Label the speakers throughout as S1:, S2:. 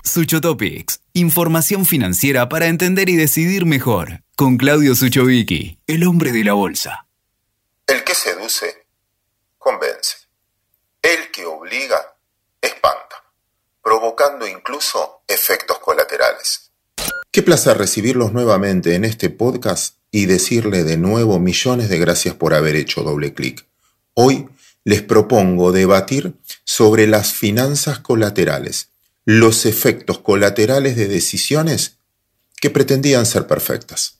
S1: Suchotopics, información financiera para entender y decidir mejor. Con Claudio Suchovicki, el hombre de la bolsa.
S2: El que seduce, convence. El que obliga, espanta, provocando incluso efectos colaterales. Qué placer recibirlos nuevamente en este podcast y decirle de nuevo millones de gracias por haber hecho doble clic. Hoy les propongo debatir sobre las finanzas colaterales, los efectos colaterales de decisiones que pretendían ser perfectas.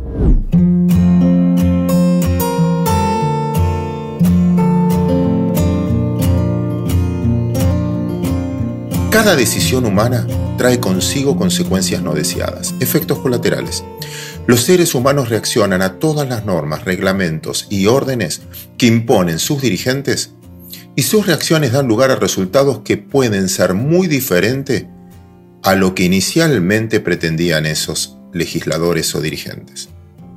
S2: Cada decisión humana trae consigo consecuencias no deseadas, efectos colaterales. Los seres humanos reaccionan a todas las normas, reglamentos y órdenes que imponen sus dirigentes y sus reacciones dan lugar a resultados que pueden ser muy diferentes a lo que inicialmente pretendían esos legisladores o dirigentes.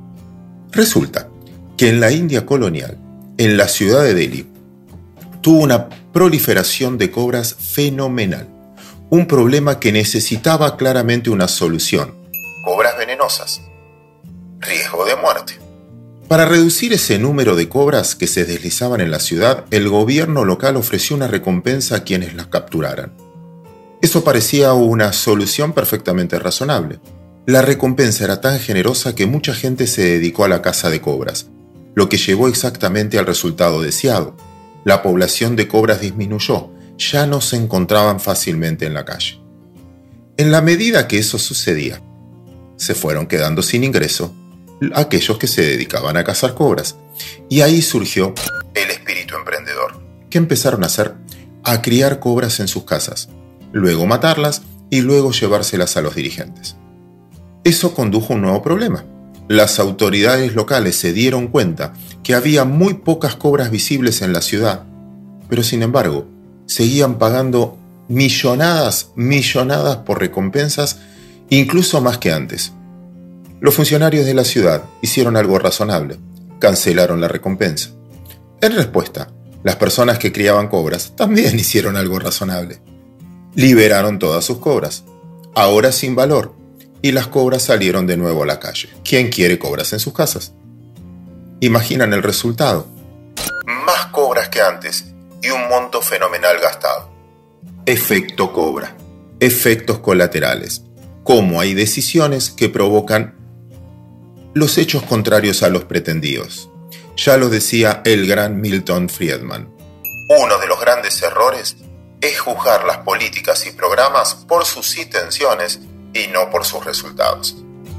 S2: Resulta que en la India colonial, en la ciudad de Delhi, tuvo una proliferación de cobras fenomenal, un problema que necesitaba claramente una solución. Cobras venenosas, riesgo de muerte. Para reducir ese número de cobras que se deslizaban en la ciudad, el gobierno local ofreció una recompensa a quienes las capturaran. Eso parecía una solución perfectamente razonable. La recompensa era tan generosa que mucha gente se dedicó a la caza de cobras, lo que llevó exactamente al resultado deseado. La población de cobras disminuyó, ya no se encontraban fácilmente en la calle. En la medida que eso sucedía, se fueron quedando sin ingreso aquellos que se dedicaban a cazar cobras. Y ahí surgió el espíritu emprendedor. ¿Qué empezaron a hacer? A criar cobras en sus casas, luego matarlas y luego llevárselas a los dirigentes. Eso condujo a un nuevo problema. Las autoridades locales se dieron cuenta que había muy pocas cobras visibles en la ciudad, pero sin embargo, seguían pagando millonadas por recompensas, incluso más que antes. Los funcionarios de la ciudad hicieron algo razonable, cancelaron la recompensa. En respuesta, las personas que criaban cobras también hicieron algo razonable. Liberaron todas sus cobras, ahora sin valor, y las cobras salieron de nuevo a la calle. ¿Quién quiere cobras en sus casas? Imaginan el resultado. Más cobras que antes y un monto fenomenal gastado. Efecto cobra. Efectos colaterales. Cómo hay decisiones que provocan los hechos contrarios a los pretendidos. Ya lo decía el gran Milton Friedman. Uno de los grandes errores es juzgar las políticas y programas por sus intenciones y no por sus resultados.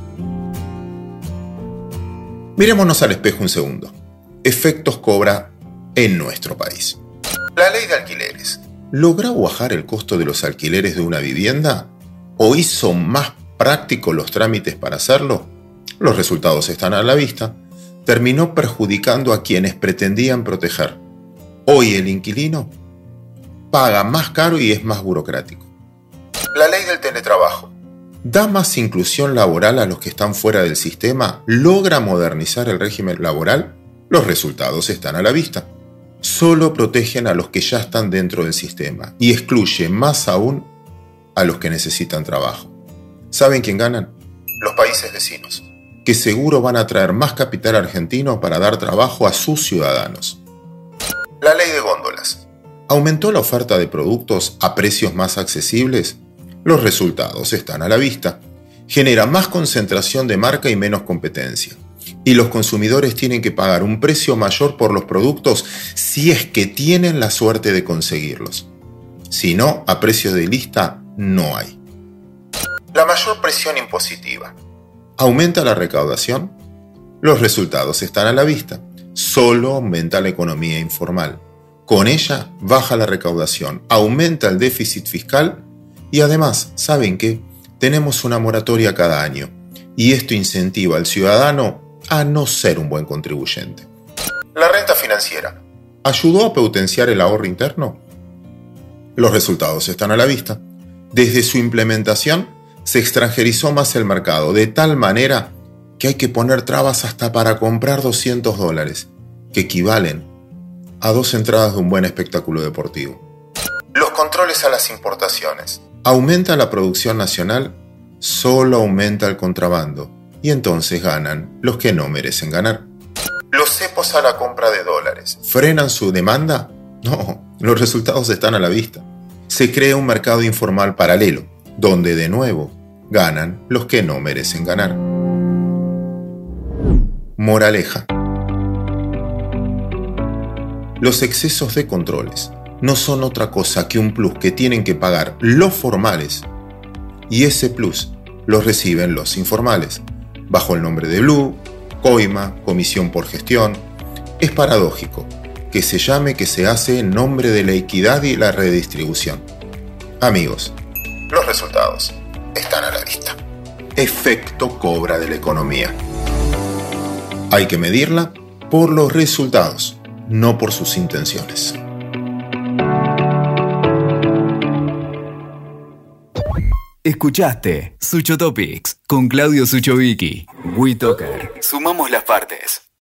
S2: Mirémonos al espejo un segundo. Efectos cobra en nuestro país. La ley de alquileres. ¿Logró bajar el costo de los alquileres de una vivienda? ¿O hizo más prácticos los trámites para hacerlo? Los resultados están a la vista. Terminó perjudicando a quienes pretendían proteger. Hoy el inquilino paga más caro y es más burocrático. La ley del teletrabajo. ¿Da más inclusión laboral a los que están fuera del sistema? ¿Logra modernizar el régimen laboral? Los resultados están a la vista. Solo protegen a los que ya están dentro del sistema y excluye más aún a los que necesitan trabajo. ¿Saben quién ganan? Los países vecinos, que seguro van a traer más capital argentino para dar trabajo a sus ciudadanos. La ley de góndolas. ¿Aumentó la oferta de productos a precios más accesibles? Los resultados están a la vista. Genera más concentración de marca y menos competencia. Y los consumidores tienen que pagar un precio mayor por los productos si es que tienen la suerte de conseguirlos. Si no, a precio de lista no hay. La mayor presión impositiva. ¿Aumenta la recaudación? Los resultados están a la vista. Solo aumenta la economía informal. Con ella baja la recaudación, aumenta el déficit fiscal y además, ¿saben qué? Tenemos una moratoria cada año y esto incentiva al ciudadano a no ser un buen contribuyente. La renta financiera. ¿Ayudó a potenciar el ahorro interno? Los resultados están a la vista. Desde su implementación, se extranjerizó más el mercado, de tal manera que hay que poner trabas hasta para comprar $200, que equivalen a 2 entradas de un buen espectáculo deportivo. Los controles a las importaciones. Aumenta la producción nacional, solo aumenta el contrabando, y entonces ganan los que no merecen ganar. ¿Los cepos a la compra de dólares frenan su demanda? No, los resultados están a la vista. Se crea un mercado informal paralelo, donde de nuevo ganan los que no merecen ganar. Moraleja. Los excesos de controles no son otra cosa que un plus que tienen que pagar los formales, y ese plus lo reciben los informales, bajo el nombre de Blue, coima, comisión por gestión. Es paradójico que se llame que se hace en nombre de la equidad y la redistribución. Amigos, los resultados están a la vista. Efecto cobra de la economía. Hay que medirla por los resultados, no por sus intenciones.
S1: Escuchaste Sucho Topics con Claudio Suchovicki. WeToker. Sumamos las partes.